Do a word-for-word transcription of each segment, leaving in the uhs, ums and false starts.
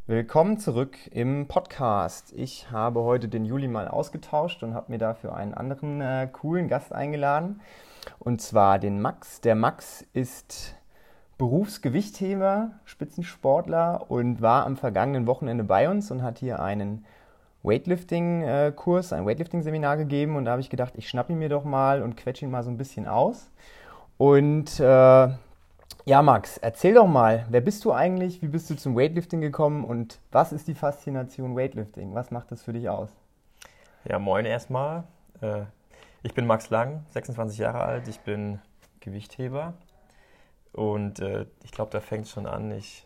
Willkommen zurück im Podcast. Ich habe heute den Juli mal ausgetauscht und habe mir dafür einen anderen äh, coolen Gast eingeladen. Und zwar den Max. Der Max ist Berufsgewichtheber, Spitzensportler und war am vergangenen Wochenende bei uns und hat hier einen Weightlifting-Kurs, ein Weightlifting-Seminar gegeben. Und da habe ich gedacht, ich schnappe ihn mir doch mal und quetsche ihn mal so ein bisschen aus. Und äh, ja, Max, erzähl doch mal, wer bist du eigentlich, wie bist du zum Weightlifting gekommen und was ist die Faszination Weightlifting? Was macht das für dich aus? Ja, moin erstmal. Äh, Ich bin Max Lang, sechsundzwanzig Jahre alt, ich bin Gewichtheber und äh, ich glaube, da fängt es schon an. Ich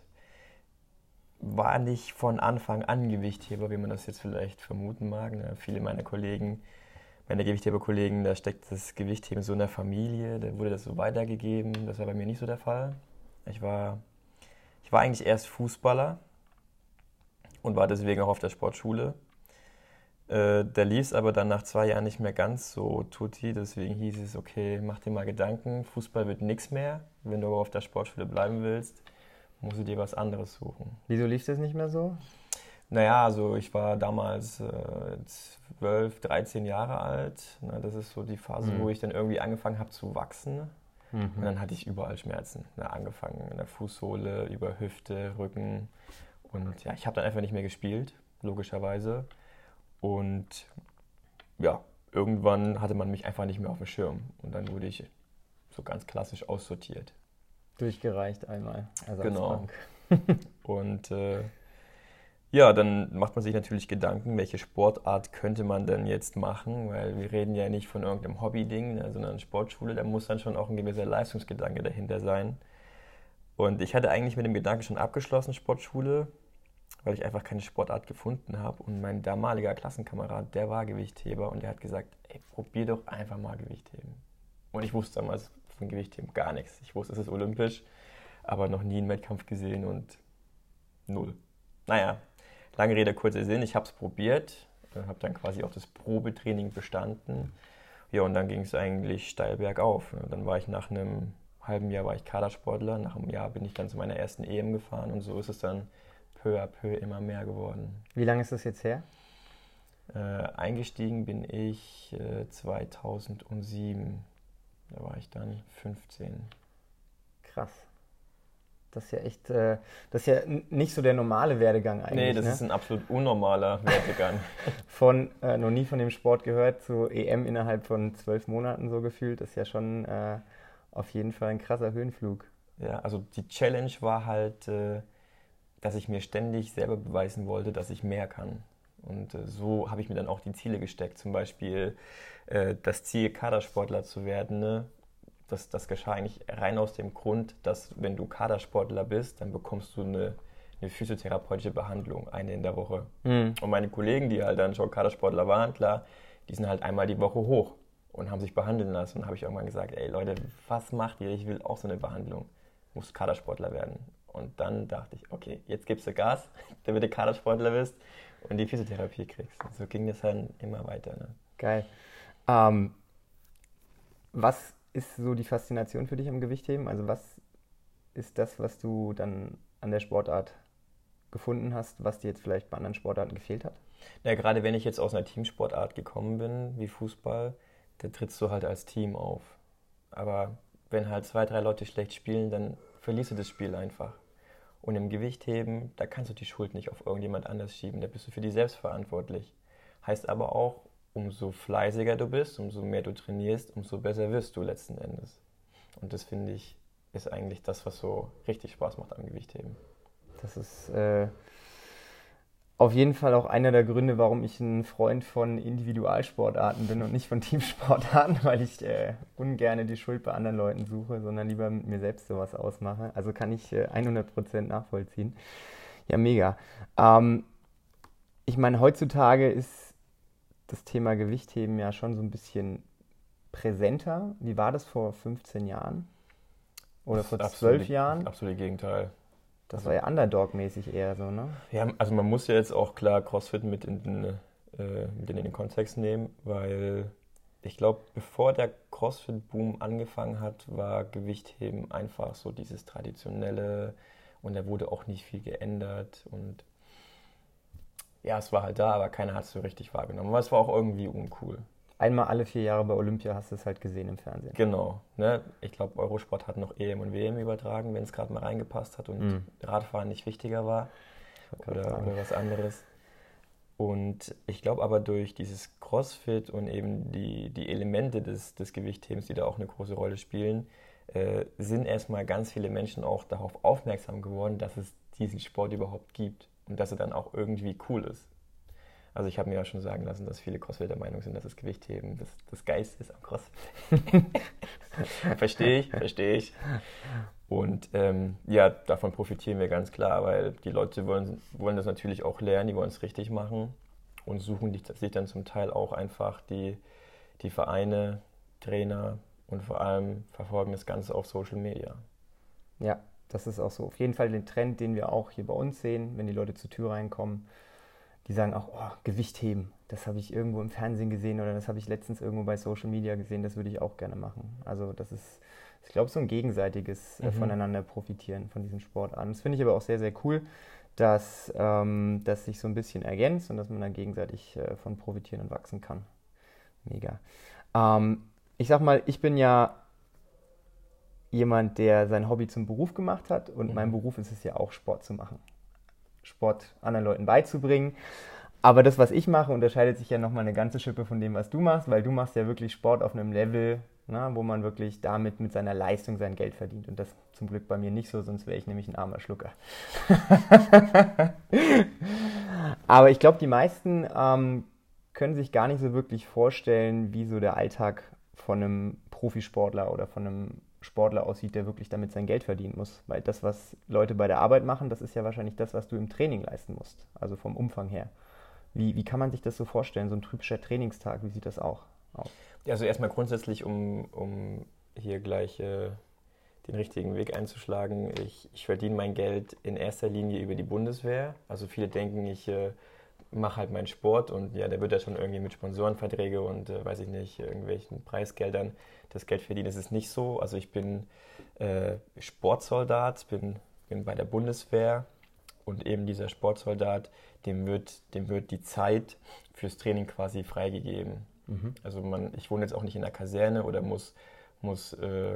war nicht von Anfang an Gewichtheber, wie man das jetzt vielleicht vermuten mag. Ne? Viele meiner Kollegen, meine Gewichtheberkollegen, da steckt das Gewichtheben so in der Familie, da wurde das so weitergegeben. Das war bei mir nicht so der Fall. Ich war, ich war eigentlich erst Fußballer und war deswegen auch auf der Sportschule. Äh, da lief es aber dann nach zwei Jahren nicht mehr ganz so tutti, deswegen hieß es, okay, mach dir mal Gedanken, Fußball wird nichts mehr. Wenn du aber auf der Sportschule bleiben willst, musst du dir was anderes suchen. Wieso lief das nicht mehr so? Naja, also ich war damals äh, zwölf, dreizehn Jahre alt. Na, das ist so die Phase, Mhm. wo ich dann irgendwie angefangen habe zu wachsen. Und Mhm. dann hatte ich überall Schmerzen. Na, angefangen in der Fußsohle, über Hüfte, Rücken. Und ja, ich habe dann einfach nicht mehr gespielt, logischerweise. Und ja, irgendwann hatte man mich einfach nicht mehr auf dem Schirm. Und dann wurde ich so ganz klassisch aussortiert. Durchgereicht einmal, Genau. Ersatzbank. Und äh, ja, dann macht man sich natürlich Gedanken, welche Sportart könnte man denn jetzt machen, weil wir reden ja nicht von irgendeinem Hobby-Ding, ne, sondern Sportschule, da muss dann schon auch ein gewisser Leistungsgedanke dahinter sein. Und ich hatte eigentlich mit dem Gedanken schon abgeschlossen, Sportschule, weil ich einfach keine Sportart gefunden habe. Und mein damaliger Klassenkamerad, der war Gewichtheber und der hat gesagt, ey, probier doch einfach mal Gewichtheben. Und ich wusste damals von Gewichtheben gar nichts. Ich wusste, es ist olympisch, aber noch nie einen Wettkampf gesehen und null. Naja, lange Rede, kurzer Sinn, ich habe es probiert, habe dann quasi auch das Probetraining bestanden. Ja, und dann ging es eigentlich steil bergauf. Dann war ich nach einem halben Jahr war ich Kadersportler, nach einem Jahr bin ich dann zu meiner ersten E M gefahren und so ist es dann peu à peu immer mehr geworden. Wie lange ist das jetzt her? Äh, eingestiegen bin ich äh, zweitausendsieben, da war ich dann fünfzehn. Krass. Das ist ja echt, äh, das ist ja n- nicht so der normale Werdegang eigentlich, Nee, das ne? ist ein absolut unnormaler Werdegang. Von, äh, noch nie von dem Sport gehört, zu E M innerhalb von zwölf Monaten so gefühlt, das ist ja schon äh, auf jeden Fall ein krasser Höhenflug. Ja, also die Challenge war halt, äh, dass ich mir ständig selber beweisen wollte, dass ich mehr kann. Und äh, so habe ich mir dann auch die Ziele gesteckt. Zum Beispiel äh, das Ziel, Kadersportler zu werden. Ne? Das, das geschah eigentlich rein aus dem Grund, dass wenn du Kadersportler bist, dann bekommst du eine, eine physiotherapeutische Behandlung, eine in der Woche. Mhm. Und meine Kollegen, die halt dann schon Kadersportler waren, klar, die sind halt einmal die Woche hoch und haben sich behandeln lassen. Und habe ich irgendwann gesagt, ey Leute, was macht ihr? Ich will auch so eine Behandlung. Muss Kadersportler werden. Und dann dachte ich, okay, jetzt gibst du Gas, damit du Kadersportler bist und die Physiotherapie kriegst. Und so ging das dann immer weiter. Ne? Geil. Ähm, was ist so die Faszination für dich am Gewichtheben? Also was ist das, was du dann an der Sportart gefunden hast, was dir jetzt vielleicht bei anderen Sportarten gefehlt hat? Ja, gerade wenn ich jetzt aus einer Teamsportart gekommen bin, wie Fußball, da trittst du halt als Team auf. Aber wenn halt zwei, drei Leute schlecht spielen, dann verlierst du das Spiel einfach. Und im Gewichtheben, da kannst du die Schuld nicht auf irgendjemand anders schieben, da bist du für dich selbst verantwortlich. Heißt aber auch, umso fleißiger du bist, umso mehr du trainierst, umso besser wirst du letzten Endes. Und das finde ich, ist eigentlich das, was so richtig Spaß macht am Gewichtheben. Das ist äh, auf jeden Fall auch einer der Gründe, warum ich ein Freund von Individualsportarten bin und nicht von Teamsportarten, weil ich äh, ungerne die Schuld bei anderen Leuten suche, sondern lieber mit mir selbst sowas ausmache. Also kann ich äh, hundert Prozent nachvollziehen. Ja, mega. Ähm, ich meine, heutzutage ist das Thema Gewichtheben ja schon so ein bisschen präsenter. Wie war das vor fünfzehn Jahren? Oder Das vor ist zwölf absolut, Jahren? absolute Gegenteil. Das Also, war ja Underdog-mäßig eher so, ne? ja, also man muss ja jetzt auch klar CrossFit mit in den, äh, mit in den Kontext nehmen, weil ich glaube, bevor der CrossFit-Boom angefangen hat, war Gewichtheben einfach so dieses Traditionelle und da wurde auch nicht viel geändert und ja, es war halt da, aber keiner hat es so richtig wahrgenommen. Aber es war auch irgendwie uncool. Einmal alle vier Jahre bei Olympia hast du es halt gesehen im Fernsehen. Genau. Ne? Ich glaube, Eurosport hat noch E M und W M übertragen, wenn es gerade mal reingepasst hat und Mhm. Radfahren nicht wichtiger war oder, sagen. oder was anderes. Und ich glaube aber durch dieses CrossFit und eben die, die Elemente des, des Gewichthebens, die da auch eine große Rolle spielen, äh, sind erstmal ganz viele Menschen auch darauf aufmerksam geworden, dass es diesen Sport überhaupt gibt und dass er dann auch irgendwie cool ist. Also ich habe mir ja schon sagen lassen, dass viele Crossfitter der Meinung sind, dass das Gewichtheben das, das Geilste ist am Crossfit. Verstehe ich, verstehe ich. Und ähm, ja, davon profitieren wir ganz klar, weil die Leute wollen, wollen das natürlich auch lernen, die wollen es richtig machen und suchen sich dann zum Teil auch einfach die, die Vereine, Trainer und vor allem verfolgen das Ganze auf Social Media. Ja, das ist auch so. Auf jeden Fall den Trend, den wir auch hier bei uns sehen, wenn die Leute zur Tür reinkommen. Die sagen auch, oh, Gewicht heben, das habe ich irgendwo im Fernsehen gesehen oder das habe ich letztens irgendwo bei Social Media gesehen, das würde ich auch gerne machen. Also das ist, ich glaube, so ein gegenseitiges äh, Mhm. voneinander profitieren von diesen Sportarten. Das finde ich aber auch sehr, sehr cool, dass ähm, das sich so ein bisschen ergänzt und dass man dann gegenseitig äh, von profitieren und wachsen kann. Mega. Ähm, ich sag mal, ich bin ja jemand, der sein Hobby zum Beruf gemacht hat und Mhm. mein Beruf ist es ja auch, Sport zu machen. Sport anderen Leuten beizubringen. Aber das, was ich mache, unterscheidet sich ja nochmal eine ganze Schippe von dem, was du machst, weil du machst ja wirklich Sport auf einem Level, na, wo man wirklich damit mit seiner Leistung sein Geld verdient. Und das zum Glück bei mir nicht so, sonst wäre ich nämlich ein armer Schlucker. Aber ich glaube, die meisten ähm, können sich gar nicht so wirklich vorstellen, wie so der Alltag von einem Profisportler oder von einem Sportler aussieht, der wirklich damit sein Geld verdienen muss. Weil das, was Leute bei der Arbeit machen, das ist ja wahrscheinlich das, was du im Training leisten musst. Also vom Umfang her. Wie, wie kann man sich das so vorstellen, so ein typischer Trainingstag, wie sieht das auch aus? Also erstmal grundsätzlich, um, um hier gleich äh, den richtigen Weg einzuschlagen, ich, ich verdiene mein Geld in erster Linie über die Bundeswehr. Also viele denken, ich äh, mache halt meinen Sport und ja, der wird ja schon irgendwie mit Sponsorenverträge und äh, weiß ich nicht, irgendwelchen Preisgeldern das Geld verdienen. Das ist nicht so. Also ich bin äh, Sportsoldat, bin, bin bei der Bundeswehr und eben dieser Sportsoldat, dem wird, dem wird die Zeit fürs Training quasi freigegeben. Mhm. Also man, ich wohne jetzt auch nicht in der Kaserne oder muss, muss äh,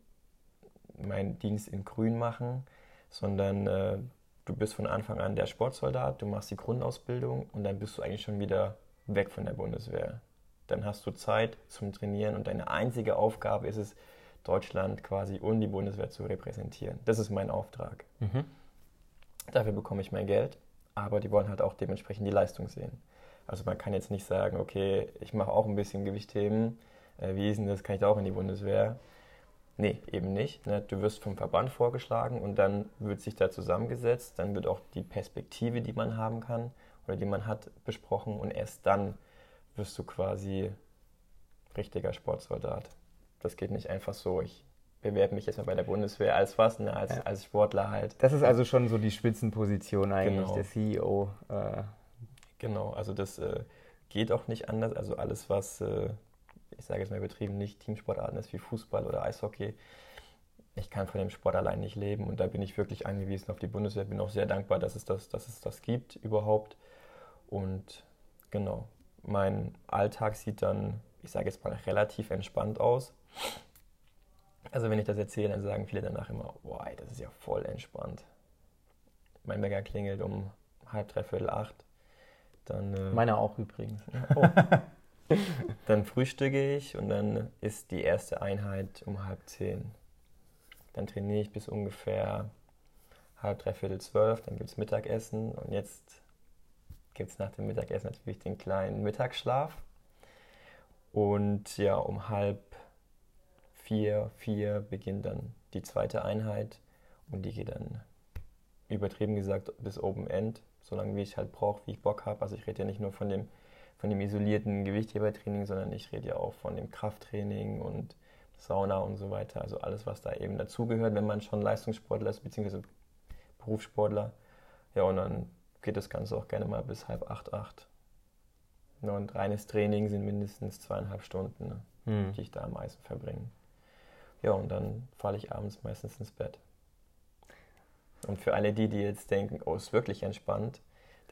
meinen Dienst in Grün machen, sondern äh, du bist von Anfang an der Sportsoldat, du machst die Grundausbildung und dann bist du eigentlich schon wieder weg von der Bundeswehr. Dann hast du Zeit zum Trainieren und deine einzige Aufgabe ist es, Deutschland quasi und die Bundeswehr zu repräsentieren. Das ist mein Auftrag. Mhm. Dafür bekomme ich mein Geld, aber die wollen halt auch dementsprechend die Leistung sehen. Also man kann jetzt nicht sagen, okay, ich mache auch ein bisschen Gewichtheben, äh, wie ist denn das, kann ich da auch in die Bundeswehr? Nee, eben nicht. Ne? Du wirst vom Verband vorgeschlagen und dann wird sich da zusammengesetzt, dann wird auch die Perspektive, die man haben kann oder die man hat, besprochen und erst dann wirst du quasi richtiger Sportsoldat. Das geht nicht einfach so, ich bewerbe mich jetzt mal bei der Bundeswehr als was, ne? als, Ja. als Sportler halt. Das ist also schon so die Spitzenposition eigentlich, Genau. der C E O. Äh, Genau, also das äh, geht auch nicht anders. Also alles, was, äh, ich sage jetzt mal übertrieben, nicht Teamsportarten ist wie Fußball oder Eishockey. Ich kann von dem Sport allein nicht leben und da bin ich wirklich angewiesen auf die Bundeswehr. Bin auch sehr dankbar, dass es das, dass es das gibt überhaupt. Und genau, mein Alltag sieht dann, ich sage jetzt mal, relativ entspannt aus. Also wenn ich das erzähle, dann sagen viele danach immer, wow, das ist ja voll entspannt. Mein Wecker klingelt um halb, dreiviertel acht. Dann, äh, Meiner auch übrigens. oh. Dann frühstücke ich und dann ist die erste Einheit um halb zehn. Dann trainiere ich bis ungefähr halb, dreiviertel zwölf. Dann gibt es Mittagessen und jetzt gibt es nach dem Mittagessen natürlich den kleinen Mittagsschlaf. Und ja, um halb vier, vier beginnt dann die zweite Einheit und die geht dann übertrieben gesagt bis Open End, so lange wie ich halt brauche, wie ich Bock habe. Also ich rede ja nicht nur von dem, von dem isolierten Gewichthebertraining, sondern ich rede ja auch von dem Krafttraining und Sauna und so weiter. Also alles, was da eben dazugehört, wenn man schon Leistungssportler ist, beziehungsweise Berufssportler. Ja, und dann geht das Ganze auch gerne mal bis halb acht, acht. Ja, und reines Training sind mindestens zweieinhalb Stunden, ne, Hm. die ich da am meisten verbringe. Ja, und dann falle ich abends meistens ins Bett. Und für alle die, die jetzt denken, oh, ist wirklich entspannt,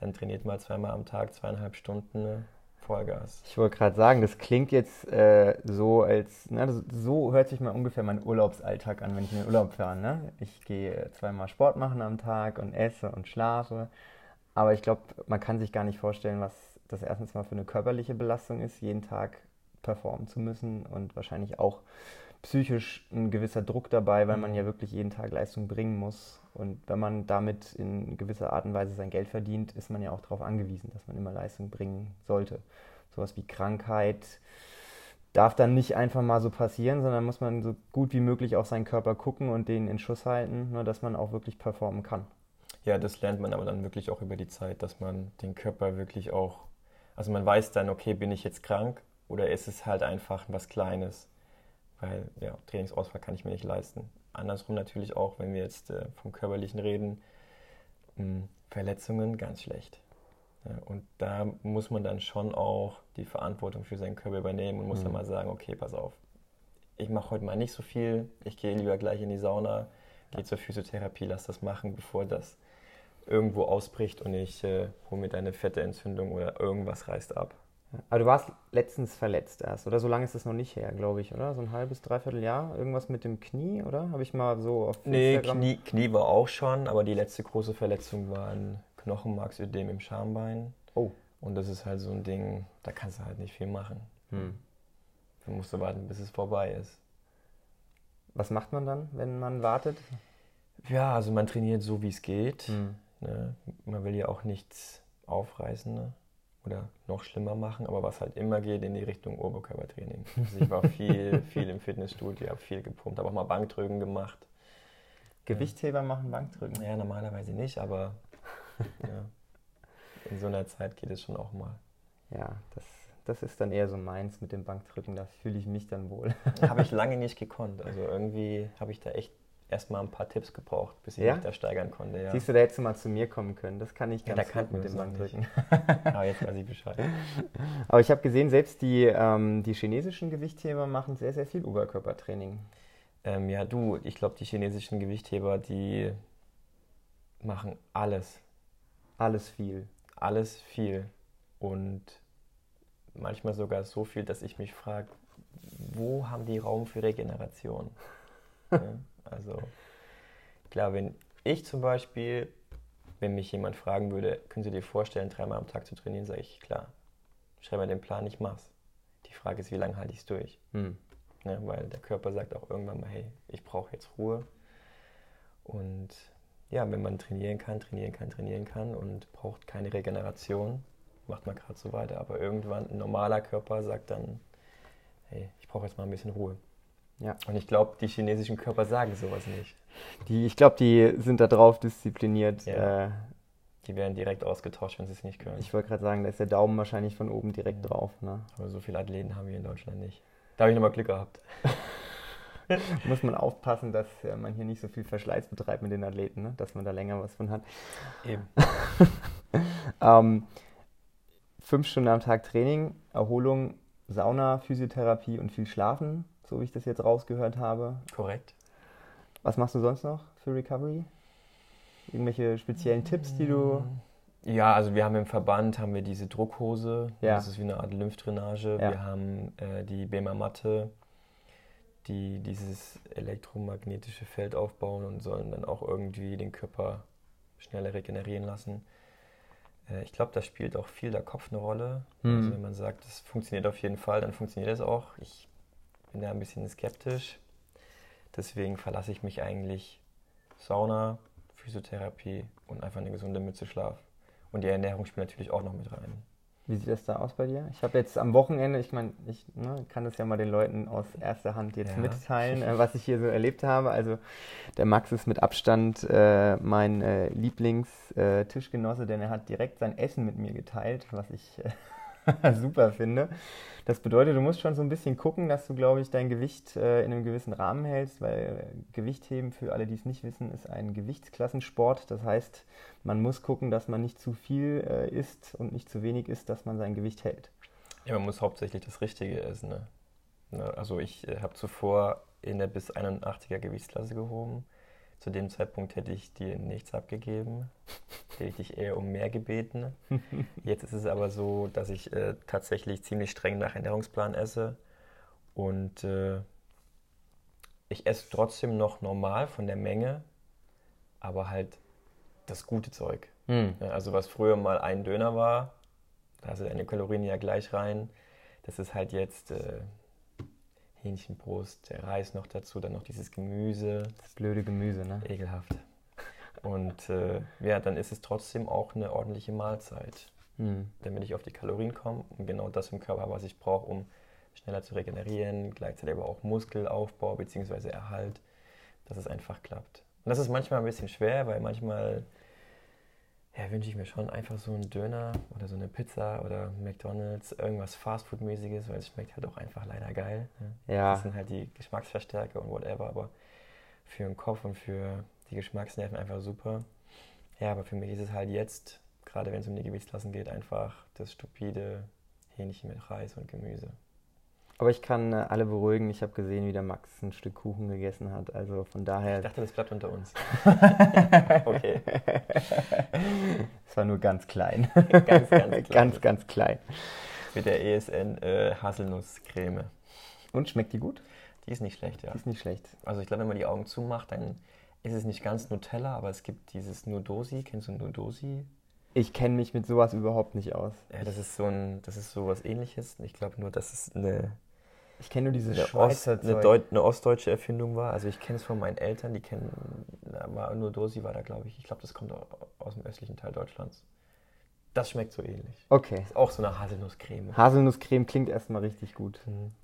dann trainiert mal zweimal am Tag, zweieinhalb Stunden ne? Vollgas. Ich wollte gerade sagen, das klingt jetzt äh, so, als, ne, das, so hört sich mal ungefähr mein Urlaubsalltag an, wenn ich in den Urlaub fahre. Ne? Ich gehe zweimal Sport machen am Tag und esse und schlafe. Aber ich glaube, man kann sich gar nicht vorstellen, was das erstens mal für eine körperliche Belastung ist, jeden Tag performen zu müssen und wahrscheinlich auch psychisch ein gewisser Druck dabei, weil man ja wirklich jeden Tag Leistung bringen muss. Und wenn man damit in gewisser Art und Weise sein Geld verdient, ist man ja auch darauf angewiesen, dass man immer Leistung bringen sollte. Sowas wie Krankheit darf dann nicht einfach mal so passieren, sondern muss man so gut wie möglich auf seinen Körper gucken und den in Schuss halten, nur dass man auch wirklich performen kann. Ja, das lernt man aber dann wirklich auch über die Zeit, dass man den Körper wirklich auch, also man weiß dann, okay, bin ich jetzt krank oder ist es halt einfach was Kleines? Weil ja, Trainingsausfall kann ich mir nicht leisten. Andersrum natürlich auch, wenn wir jetzt äh, vom Körperlichen reden, mh, Verletzungen ganz schlecht. Ja, und da muss man dann schon auch die Verantwortung für seinen Körper übernehmen und muss mhm. dann mal sagen, okay, pass auf, ich mache heute mal nicht so viel, ich gehe lieber gleich in die Sauna, gehe ja. zur Physiotherapie, lass das machen, bevor das irgendwo ausbricht und ich äh, hole mir eine fette Entzündung oder irgendwas reißt ab. Aber du warst letztens verletzt erst, oder? So lange ist es noch nicht her, glaube ich, oder? So ein halbes, dreiviertel Jahr? Irgendwas mit dem Knie, oder? Habe ich mal so auf nee, Instagram... Nee, Knie, Knie war auch schon, aber die letzte große Verletzung war ein Knochenmarksödem im Schambein. Oh. Und das ist halt so ein Ding, da kannst du halt nicht viel machen. Hm. Du musst warten, bis es vorbei ist. Was macht man dann, wenn man wartet? Ja, also man trainiert so, wie es geht. Hm. Ne? Man will ja auch nichts aufreißen, ne? Oder noch schlimmer machen, aber was halt immer geht in die Richtung Oberkörpertraining. Also ich war viel, viel im Fitnessstudio, habe viel gepumpt, habe auch mal Bankdrücken gemacht. Gewichtheber ja. machen Bankdrücken? Ja, normalerweise nicht, aber ja, in so einer Zeit geht es schon auch mal. Ja, das, das ist dann eher so meins mit dem Bankdrücken, da fühle ich mich dann wohl. Habe ich lange nicht gekonnt, also irgendwie habe ich da echt erstmal ein paar Tipps gebraucht, bis ich ja? mich da steigern konnte. Ja. Siehst du, da hättest du mal zu mir kommen können. Das kann ich ganz ja, da gut mit dem Bankdrücken. Aber jetzt weiß ich Bescheid. Aber ich habe gesehen, selbst die, ähm, die chinesischen Gewichtheber machen sehr, sehr viel Oberkörpertraining. Ähm, ja, du, ich glaube, die chinesischen Gewichtheber, die machen alles. Alles viel. Alles viel. Und manchmal sogar so viel, dass ich mich frage, wo haben die Raum für Regeneration? Ja? Also klar, wenn ich zum Beispiel, wenn mich jemand fragen würde, können Sie dir vorstellen, dreimal am Tag zu trainieren, sage ich, klar, schreib mir den Plan, ich mach's. Die Frage ist, wie lange halte ich es durch? Hm. Ja, weil der Körper sagt auch irgendwann mal, hey, ich brauche jetzt Ruhe. Und ja, wenn man trainieren kann, trainieren kann, trainieren kann und braucht keine Regeneration, macht man gerade so weiter. Aber irgendwann ein normaler Körper sagt dann, hey, ich brauche jetzt mal ein bisschen Ruhe. Ja. Und ich glaube, die chinesischen Körper sagen sowas nicht. Die, ich glaube, die sind da drauf diszipliniert. Ja. Äh, die werden direkt ausgetauscht, wenn sie es nicht können. Ich wollte gerade sagen, da ist der Daumen wahrscheinlich von oben direkt ja. drauf. Ne? Aber so viele Athleten haben wir in Deutschland nicht. Da habe ich nochmal Glück gehabt. Muss man aufpassen, dass äh, man hier nicht so viel Verschleiß betreibt mit den Athleten, ne? Dass man da länger was von hat. Eben. ähm, fünf Stunden am Tag Training, Erholung, Sauna, Physiotherapie und viel Schlafen, so wie ich das jetzt rausgehört habe. Korrekt. Was machst du sonst noch für Recovery? Irgendwelche speziellen Tipps, die du... Ja, also wir haben im Verband haben wir diese Druckhose, ja. das ist wie eine Art Lymphdrainage. Ja. Wir haben äh, die Bema-Matte, die dieses elektromagnetische Feld aufbauen und sollen dann auch irgendwie den Körper schneller regenerieren lassen. Äh, ich glaube, da spielt auch viel der Kopf eine Rolle. Mhm. Also wenn man sagt, das funktioniert auf jeden Fall, dann funktioniert es auch. Ich bin da ein bisschen skeptisch. Deswegen verlasse ich mich eigentlich Sauna, Physiotherapie und einfach eine gesunde Mütze Schlaf. Und die Ernährung spielt natürlich auch noch mit rein. Wie sieht das da aus bei dir? Ich habe jetzt am Wochenende, ich meine, ich ne, kann das ja mal den Leuten aus erster Hand jetzt ja. mitteilen, äh, was ich hier so erlebt habe. Also der Max ist mit Abstand äh, mein äh, Lieblings-Tischgenosse, denn er hat direkt sein Essen mit mir geteilt, was ich äh, super finde. Das bedeutet, du musst schon so ein bisschen gucken, dass du, glaube ich, dein Gewicht äh, in einem gewissen Rahmen hältst, weil Gewichtheben, für alle, die es nicht wissen, ist ein Gewichtsklassensport. Das heißt, man muss gucken, dass man nicht zu viel äh, isst und nicht zu wenig isst, dass man sein Gewicht hält. Ja, man muss hauptsächlich das Richtige essen. Ne? Ne, also ich äh, habe zuvor in der bis einundachtziger Gewichtsklasse gehoben. Zu dem Zeitpunkt hätte ich dir nichts abgegeben, hätte ich dich eher um mehr gebeten. Jetzt ist es aber so, dass ich äh, tatsächlich ziemlich streng nach Ernährungsplan esse und äh, ich esse trotzdem noch normal von der Menge, aber halt das gute Zeug. Hm. Ja, also was früher mal ein Döner war, da hast du deine Kalorien ja gleich rein, das ist halt jetzt äh, Hähnchenbrust, der Reis noch dazu, dann noch dieses Gemüse. Das blöde Gemüse, ne? Ekelhaft. Und äh, ja, dann ist es trotzdem auch eine ordentliche Mahlzeit, Hm. damit ich auf die Kalorien komme und genau das im Körper, was ich brauche, um schneller zu regenerieren, gleichzeitig aber auch Muskelaufbau bzw. Erhalt, dass es einfach klappt. Und das ist manchmal ein bisschen schwer, weil manchmal ja, wünsche ich mir schon einfach so einen Döner oder so eine Pizza oder McDonald's, irgendwas Fastfood-mäßiges, weil es schmeckt halt auch einfach leider geil. Ne? Ja. Das sind halt die Geschmacksverstärker und whatever, aber für den Kopf und für die Geschmacksnerven einfach super. Ja, aber für mich ist es halt jetzt, gerade wenn es um die Gewichtsklassen geht, einfach das stupide Hähnchen mit Reis und Gemüse. Aber ich kann äh, alle beruhigen, ich habe gesehen, wie der Max ein Stück Kuchen gegessen hat, also von daher... Ich dachte, das bleibt unter uns. Okay. Es war nur ganz klein. Ganz, ganz klein. Ganz, ganz klein. Mit der E S N äh, Haselnusscreme. Und schmeckt die gut? Die ist nicht schlecht, ja. Die ist nicht schlecht. Also ich glaube, wenn man die Augen zumacht, dann ist es nicht ganz Nutella, aber es gibt dieses Nudosi. Kennst du Nudosi? Ich kenne mich mit sowas überhaupt nicht aus. Ja, das ist so ein, das ist so was Ähnliches. Ich glaube nur, dass es eine, Ich kenne nur diese eine, Schweizer Ost, eine, Zeug. Deut, eine ostdeutsche Erfindung war. Also ich kenne es von meinen Eltern, die kennen, war Nudosi war da, glaube ich. Ich glaube, das kommt aus dem östlichen Teil Deutschlands. Das schmeckt so ähnlich. Okay. Ist auch so eine Haselnusscreme. Haselnusscreme klingt erstmal richtig gut. Mhm.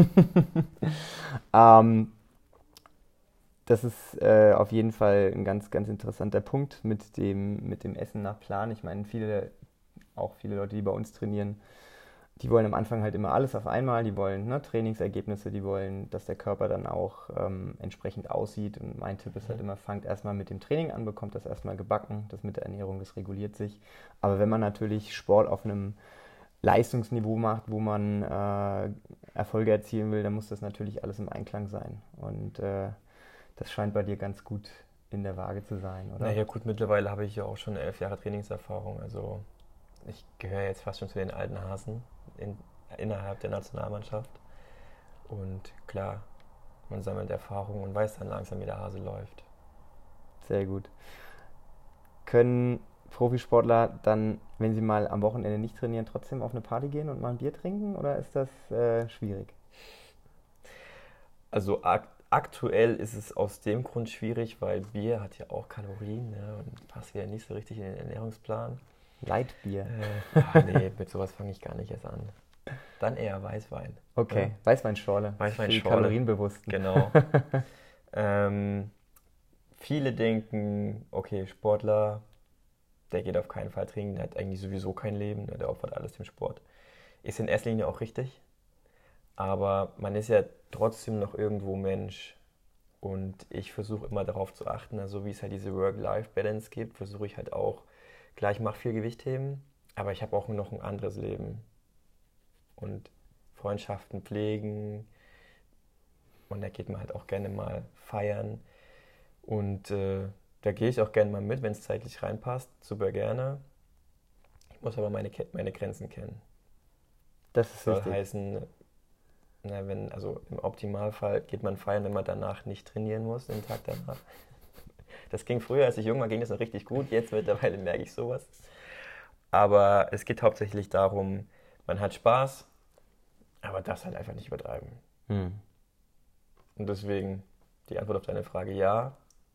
ähm, das ist äh, auf jeden Fall ein ganz, ganz interessanter Punkt mit dem, mit dem Essen nach Plan. Ich meine, viele, auch viele Leute, die bei uns trainieren, die wollen am Anfang halt immer alles auf einmal. Die wollen ne, Trainingsergebnisse, die wollen, dass der Körper dann auch ähm, entsprechend aussieht. Und mein Tipp ist halt immer, fangt erstmal mit dem Training an, bekommt das erstmal gebacken. Das mit der Ernährung, das reguliert sich. Aber wenn man natürlich Sport auf einem Leistungsniveau macht, wo man äh, Erfolge erzielen will, dann muss das natürlich alles im Einklang sein. Und äh, das scheint bei dir ganz gut in der Waage zu sein, oder? Naja gut, mittlerweile habe ich ja auch schon elf Jahre Trainingserfahrung. Also ich gehöre jetzt fast schon zu den alten Hasen in, innerhalb der Nationalmannschaft. Und klar, man sammelt Erfahrung und weiß dann langsam, wie der Hase läuft. Sehr gut. Können Profisportler dann, wenn sie mal am Wochenende nicht trainieren, trotzdem auf eine Party gehen und mal ein Bier trinken? Oder ist das äh, schwierig? Also ak aktuell ist es aus dem Grund schwierig, weil Bier hat ja auch Kalorien, ne, und passt ja nicht so richtig in den Ernährungsplan. Leitbier. Äh, ach nee, mit sowas fange ich gar nicht erst an. Dann eher Weißwein. Okay, Ja. Weißweinschorle. Weißweinschorle. Für die Kalorienbewussten. Genau. ähm, viele denken, okay, Sportler, der geht auf keinen Fall trinken, der hat eigentlich sowieso kein Leben, ne, der opfert alles dem Sport. Ist in erster Linie auch richtig, aber man ist ja trotzdem noch irgendwo Mensch. Und ich versuche immer darauf zu achten, also wie es halt diese Work-Life-Balance gibt, versuche ich halt auch, klar, ich mache viel Gewicht heben, aber ich habe auch noch ein anderes Leben. Und Freundschaften pflegen. Und da geht man halt auch gerne mal feiern. Und äh, da gehe ich auch gerne mal mit, wenn es zeitlich reinpasst. Super gerne. Ich muss aber meine, meine Grenzen kennen. Das ist soll wichtig. heißen, na, wenn, also im Optimalfall geht man feiern, wenn man danach nicht trainieren muss, den Tag danach. Das ging früher, als ich jung war, ging das noch richtig gut. Jetzt mittlerweile merke ich sowas. Aber es geht hauptsächlich darum, man hat Spaß, aber darf halt einfach nicht übertreiben. Hm. Und deswegen die Antwort auf deine Frage ja,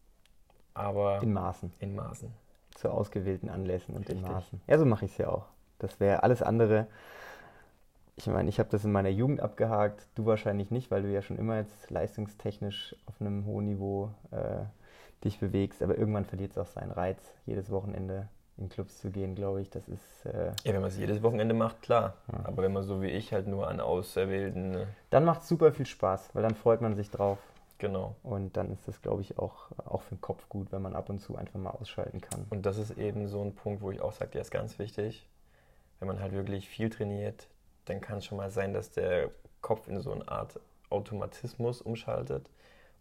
aber In Maßen. in Maßen. Zu ausgewählten Anlässen und in Richtig. Maßen. Ja, so mache ich es ja auch. Das wäre alles andere. Ich meine, ich habe das in meiner Jugend abgehakt, du wahrscheinlich nicht, weil du ja schon immer jetzt leistungstechnisch auf einem hohen Niveau äh, dich bewegst, aber irgendwann verliert es auch seinen Reiz, jedes Wochenende in Clubs zu gehen, glaube ich. Das ist. Äh, Ja, wenn man es jedes Wochenende macht, klar. Ja. Aber wenn man so wie ich halt nur an auserwählten, äh, dann macht es super viel Spaß, weil dann freut man sich drauf. genau. Und dann ist das, glaube ich, auch, auch für den Kopf gut, wenn man ab und zu einfach mal ausschalten kann. Und das ist eben so ein Punkt, wo ich auch sage, der ist ganz wichtig. Wenn man halt wirklich viel trainiert, dann kann es schon mal sein, dass der Kopf in so eine Art Automatismus umschaltet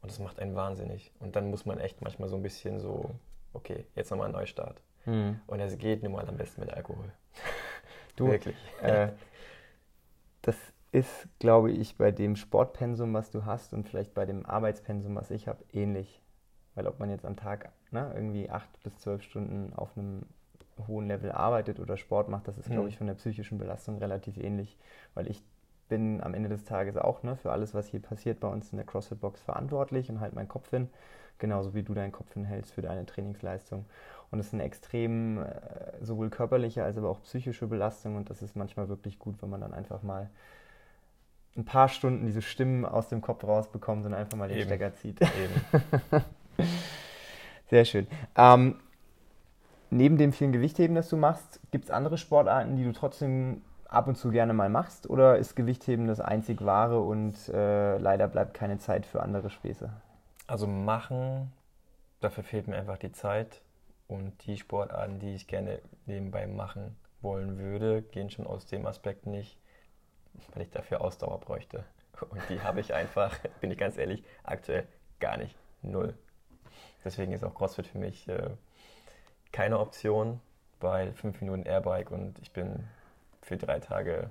Und das macht einen wahnsinnig. Und dann muss man echt manchmal so ein bisschen so, okay, jetzt nochmal ein Neustart. Mhm. Und es geht nun mal am besten mit Alkohol. Du, wirklich. Äh, das ist, glaube ich, bei dem Sportpensum, was du hast und vielleicht bei dem Arbeitspensum, was ich habe, ähnlich. Weil ob man jetzt am Tag ne, irgendwie acht bis zwölf Stunden auf einem hohen Level arbeitet oder Sport macht, das ist, mhm. glaube ich, von der psychischen Belastung relativ ähnlich. Weil ich bin am Ende des Tages auch ne, für alles, was hier passiert, bei uns in der CrossFit-Box verantwortlich und halt meinen Kopf hin. Genauso wie du deinen Kopf hinhältst für deine Trainingsleistung. Und es ist eine extrem äh, sowohl körperliche als aber auch psychische Belastung und das ist manchmal wirklich gut, wenn man dann einfach mal ein paar Stunden diese Stimmen aus dem Kopf rausbekommt und einfach mal den Eben. Stecker zieht. Eben. Sehr schön. Ähm, neben dem vielen Gewichtheben, das du machst, gibt es andere Sportarten, die du trotzdem ab und zu gerne mal machst? Oder ist Gewichtheben das einzig Wahre und äh, leider bleibt keine Zeit für andere Späße? Also machen, dafür fehlt mir einfach die Zeit. Und die Sportarten, die ich gerne nebenbei machen wollen würde, gehen schon aus dem Aspekt nicht, weil ich dafür Ausdauer bräuchte. Und die habe ich einfach, bin ich ganz ehrlich, aktuell gar nicht. Null. Deswegen ist auch CrossFit für mich äh, keine Option, weil fünf Minuten Airbike und ich bin für drei Tage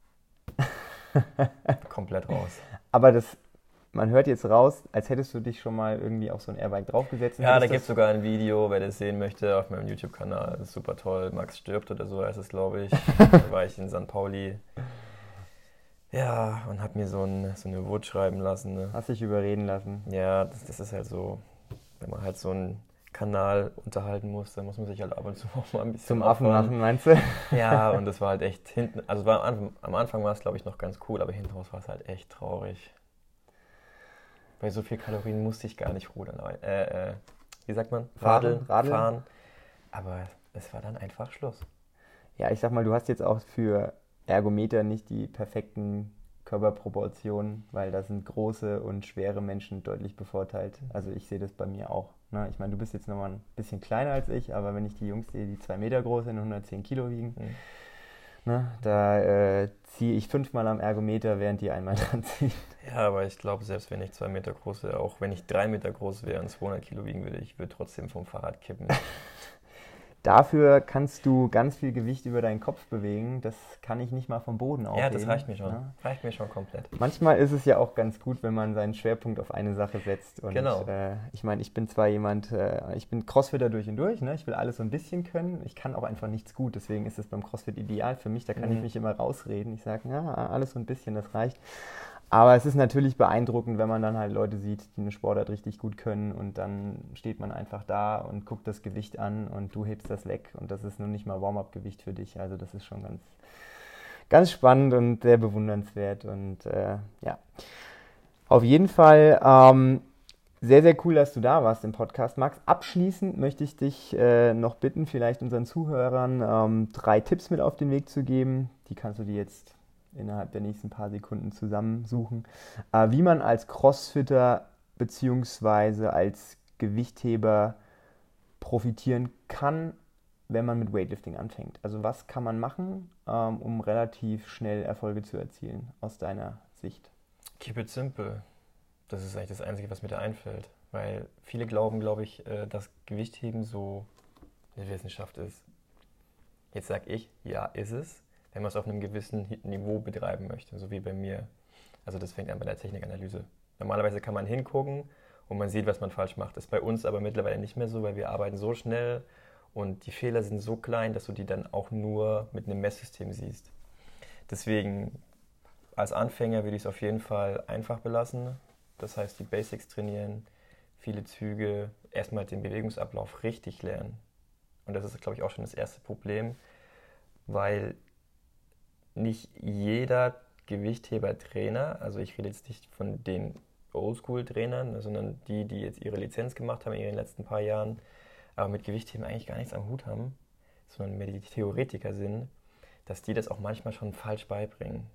komplett raus. Aber das, man hört jetzt raus, als hättest du dich schon mal irgendwie auf so ein Airbike draufgesetzt. Ja, da gibt es sogar ein Video, wer das sehen möchte, auf meinem YouTube-Kanal. Das ist super toll. Max stirbt oder so heißt es, glaube ich. Da war ich in Sankt Pauli. Ja, und hab mir so, ein, so eine Wut schreiben lassen. Ne? Hast dich überreden lassen. Ja, das, das ist halt so, wenn man halt so einen Kanal unterhalten muss, dann muss man sich halt ab und zu auch mal ein bisschen Zum Affen machen, meinst du? Ja, und das war halt echt hinten, also war am, Anfang, am Anfang war es, glaube ich, noch ganz cool, aber hinten raus war es halt echt traurig. Bei so viel Kalorien musste ich gar nicht rudern. Äh, äh, wie sagt man? Radeln, Radeln, fahren. Aber es war dann einfach Schluss. Ja, ich sag mal, du hast jetzt auch für Ergometer nicht die perfekten Körperproportionen, weil da sind große und schwere Menschen deutlich bevorteilt. Also ich sehe das bei mir auch. Ne? Ich meine, du bist jetzt nochmal ein bisschen kleiner als ich, aber wenn ich die Jungs sehe, die zwei Meter groß sind und hundertzehn Kilo wiegen, mhm. ne, da äh, ziehe ich fünfmal am Ergometer, während die einmal dran ziehen. Ja, aber ich glaube, selbst wenn ich zwei Meter groß wäre, auch wenn ich drei Meter groß wäre und zweihundert Kilo wiegen würde, ich würde trotzdem vom Fahrrad kippen. Dafür kannst du ganz viel Gewicht über deinen Kopf bewegen. Das kann ich nicht mal vom Boden aufheben. Ja, das reicht mir schon. Ja? Reicht mir schon komplett. Manchmal ist es ja auch ganz gut, wenn man seinen Schwerpunkt auf eine Sache setzt. Und, genau. Äh, ich meine, ich bin zwar jemand, äh, ich bin Crossfitter durch und durch. Ne? Ich will alles so ein bisschen können. Ich kann auch einfach nichts gut. Deswegen ist es beim Crossfit ideal für mich. Da kann mhm. ich mich immer rausreden. Ich sage, ja, alles so ein bisschen, das reicht. Aber es ist natürlich beeindruckend, wenn man dann halt Leute sieht, die eine Sportart richtig gut können und dann steht man einfach da und guckt das Gewicht an und du hebst das weg und das ist nun nicht mal Warm-up-Gewicht für dich. Also das ist schon ganz, ganz spannend und sehr bewundernswert und äh, ja, auf jeden Fall ähm, sehr, sehr cool, dass du da warst im Podcast, Max. Abschließend möchte ich dich äh, noch bitten, vielleicht unseren Zuhörern ähm, drei Tipps mit auf den Weg zu geben. Die kannst du dir jetzt innerhalb der nächsten paar Sekunden zusammensuchen, äh, wie man als Crossfitter bzw. als Gewichtheber profitieren kann, wenn man mit Weightlifting anfängt. Also was kann man machen, ähm, um relativ schnell Erfolge zu erzielen, aus deiner Sicht? Keep it simple. Das ist eigentlich das Einzige, was mir da einfällt. Weil viele glauben, glaube ich, äh, dass Gewichtheben so eine Wissenschaft ist. Jetzt sage ich, ja, ist es, wenn man es auf einem gewissen Niveau betreiben möchte, so wie bei mir. Also das fängt an bei der Technikanalyse. Normalerweise kann man hingucken und man sieht, was man falsch macht. Das ist bei uns aber mittlerweile nicht mehr so, weil wir arbeiten so schnell und die Fehler sind so klein, dass du die dann auch nur mit einem Messsystem siehst. Deswegen als Anfänger würde ich es auf jeden Fall einfach belassen. Das heißt, die Basics trainieren, viele Züge, erstmal den Bewegungsablauf richtig lernen. Und das ist, glaube ich, auch schon das erste Problem, weil nicht jeder Gewichtheber-Trainer, also ich rede jetzt nicht von den Oldschool-Trainern, sondern die, die jetzt ihre Lizenz gemacht haben in den letzten paar Jahren, aber mit Gewichtheben eigentlich gar nichts am Hut haben, sondern mehr die Theoretiker sind, dass die das auch manchmal schon falsch beibringen.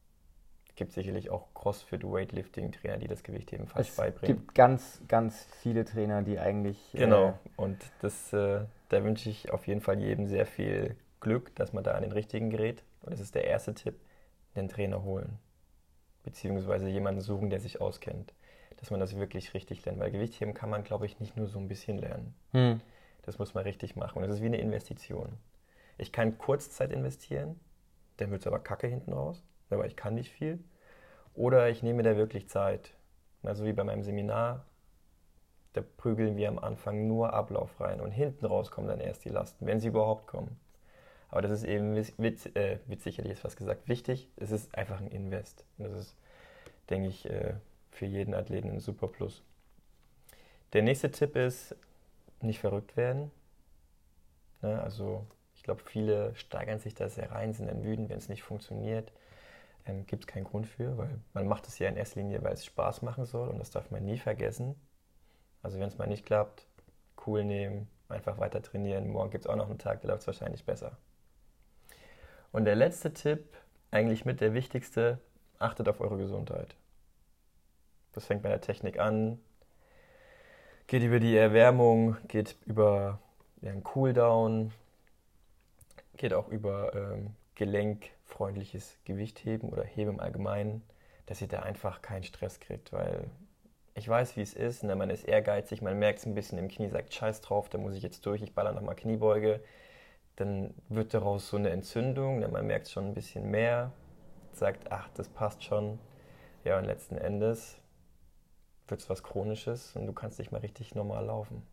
Es gibt sicherlich auch Crossfit-Weightlifting-Trainer, die das Gewichtheben falsch es beibringen. Es gibt ganz, ganz viele Trainer, die eigentlich... Genau, äh, und das, äh, da wünsche ich auf jeden Fall jedem sehr viel Glück, dass man da an den richtigen gerät. Und das ist der erste Tipp, den Trainer holen. Beziehungsweise jemanden suchen, der sich auskennt. dass man das wirklich richtig lernt. Weil Gewichtheben kann man, glaube ich, nicht nur so ein bisschen lernen. Hm. Das muss man richtig machen. Und das ist wie eine Investition. Ich kann Kurzzeit investieren, dann wird es aber kacke hinten raus, aber ich kann nicht viel. Oder ich nehme da wirklich Zeit. Also wie bei meinem Seminar, da prügeln wir am Anfang nur Ablauf rein und hinten raus kommen dann erst die Lasten, wenn sie überhaupt kommen. Aber das ist eben witz, äh, witzig, hätte ich jetzt fast gesagt, wichtig. Es ist einfach ein Invest. Und das ist, denke ich, äh, für jeden Athleten ein super Plus. Der nächste Tipp ist, nicht verrückt werden. Ne, also ich glaube, viele steigern sich da sehr rein, sind dann wütend, wenn es nicht funktioniert. Ähm, gibt es keinen Grund für, weil man macht es ja in erster Linie, weil es Spaß machen soll und das darf man nie vergessen. Also wenn es mal nicht klappt, cool nehmen, einfach weiter trainieren. Morgen gibt es auch noch einen Tag, da läuft es wahrscheinlich besser. Und der letzte Tipp, eigentlich mit der wichtigste, achtet auf eure Gesundheit. Das fängt bei der Technik an, geht über die Erwärmung, geht über ja, einen Cooldown, geht auch über ähm, gelenkfreundliches Gewichtheben oder Heben im Allgemeinen, dass ihr da einfach keinen Stress kriegt, weil ich weiß, wie es ist, ne? Man ist ehrgeizig, man merkt es ein bisschen im Knie, sagt Scheiß drauf, da muss ich jetzt durch, ich baller nochmal Kniebeuge. Dann wird daraus so eine Entzündung, ne? Man merkt schon ein bisschen mehr, sagt, ach, das passt schon. Ja, und letzten Endes wird es was Chronisches und du kannst nicht mal richtig normal laufen.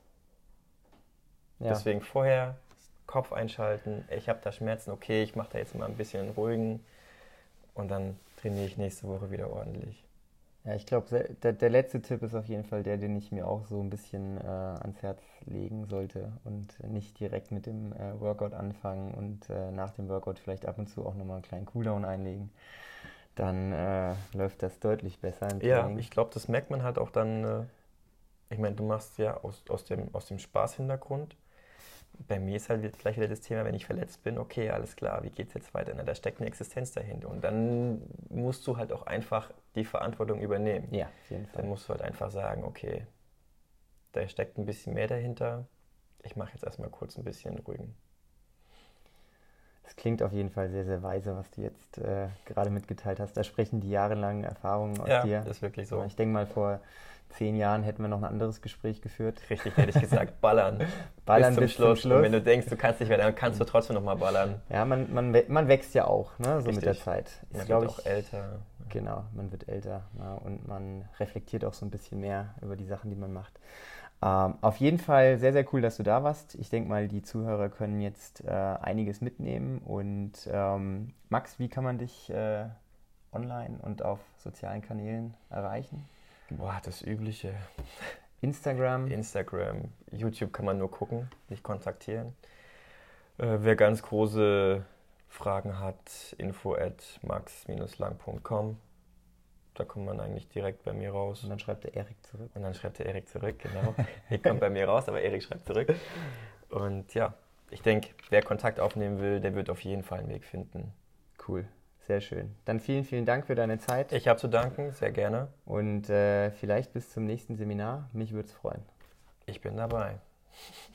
Ja. Deswegen vorher Kopf einschalten, ich habe da Schmerzen, okay, ich mache da jetzt mal ein bisschen ruhigen und dann trainiere ich nächste Woche wieder ordentlich. Ja, ich glaube, der, der letzte Tipp ist auf jeden Fall der, den ich mir auch so ein bisschen äh, ans Herz legen sollte und nicht direkt mit dem äh, Workout anfangen und äh, nach dem Workout vielleicht ab und zu auch nochmal einen kleinen Cooldown einlegen. Dann äh, läuft das deutlich besser im Training. Ja, ich glaube, das merkt man halt auch dann, äh, ich meine, du machst ja aus, aus dem, aus dem Spaßhintergrund. Bei mir ist halt gleich wieder das Thema, wenn ich verletzt bin, okay, alles klar, wie geht's jetzt weiter? Na, da steckt eine Existenz dahinter. Und dann musst du halt auch einfach die Verantwortung übernehmen. Ja, auf jeden Fall. Dann musst du halt einfach sagen, okay, da steckt ein bisschen mehr dahinter. Ich mache jetzt erstmal kurz ein bisschen ruhigen. Das klingt auf jeden Fall sehr, sehr weise, was du jetzt äh, gerade mitgeteilt hast. Da sprechen die jahrelangen Erfahrungen aus ja, dir. Ja, das ist wirklich so. Ich denke mal, vor zehn Jahren hätten wir noch ein anderes Gespräch geführt. Richtig, hätte ich gesagt, ballern. Ballern bis, zum, bis Schluss. zum Schluss. Und wenn du denkst, du kannst nicht mehr, dann kannst du trotzdem nochmal ballern. Ja, man, man, man wächst ja auch, ne, so Richtig. mit der Zeit. Man Ist, wird ich, auch älter. Genau, man wird älter, ja, und man reflektiert auch so ein bisschen mehr über die Sachen, die man macht. Ähm, auf jeden Fall sehr, sehr cool, dass du da warst. Ich denke mal, die Zuhörer können jetzt äh, einiges mitnehmen. Und ähm, Max, wie kann man dich äh, online und auf sozialen Kanälen erreichen? Boah, das Übliche. Instagram? Instagram, YouTube kann man nur gucken, nicht kontaktieren. Äh, wer ganz große Fragen hat, info at max lang punkt com. Da kommt man eigentlich direkt bei mir raus. Und dann schreibt der Erik zurück. Und dann schreibt der Erik zurück, genau. Er kommt bei mir raus, aber Erik schreibt zurück. Und ja, ich denke, wer Kontakt aufnehmen will, der wird auf jeden Fall einen Weg finden. Cool, sehr schön. Dann vielen, vielen Dank für deine Zeit. Ich habe zu danken, sehr gerne. Und äh, vielleicht bis zum nächsten Seminar. Mich würde es freuen. Ich bin dabei.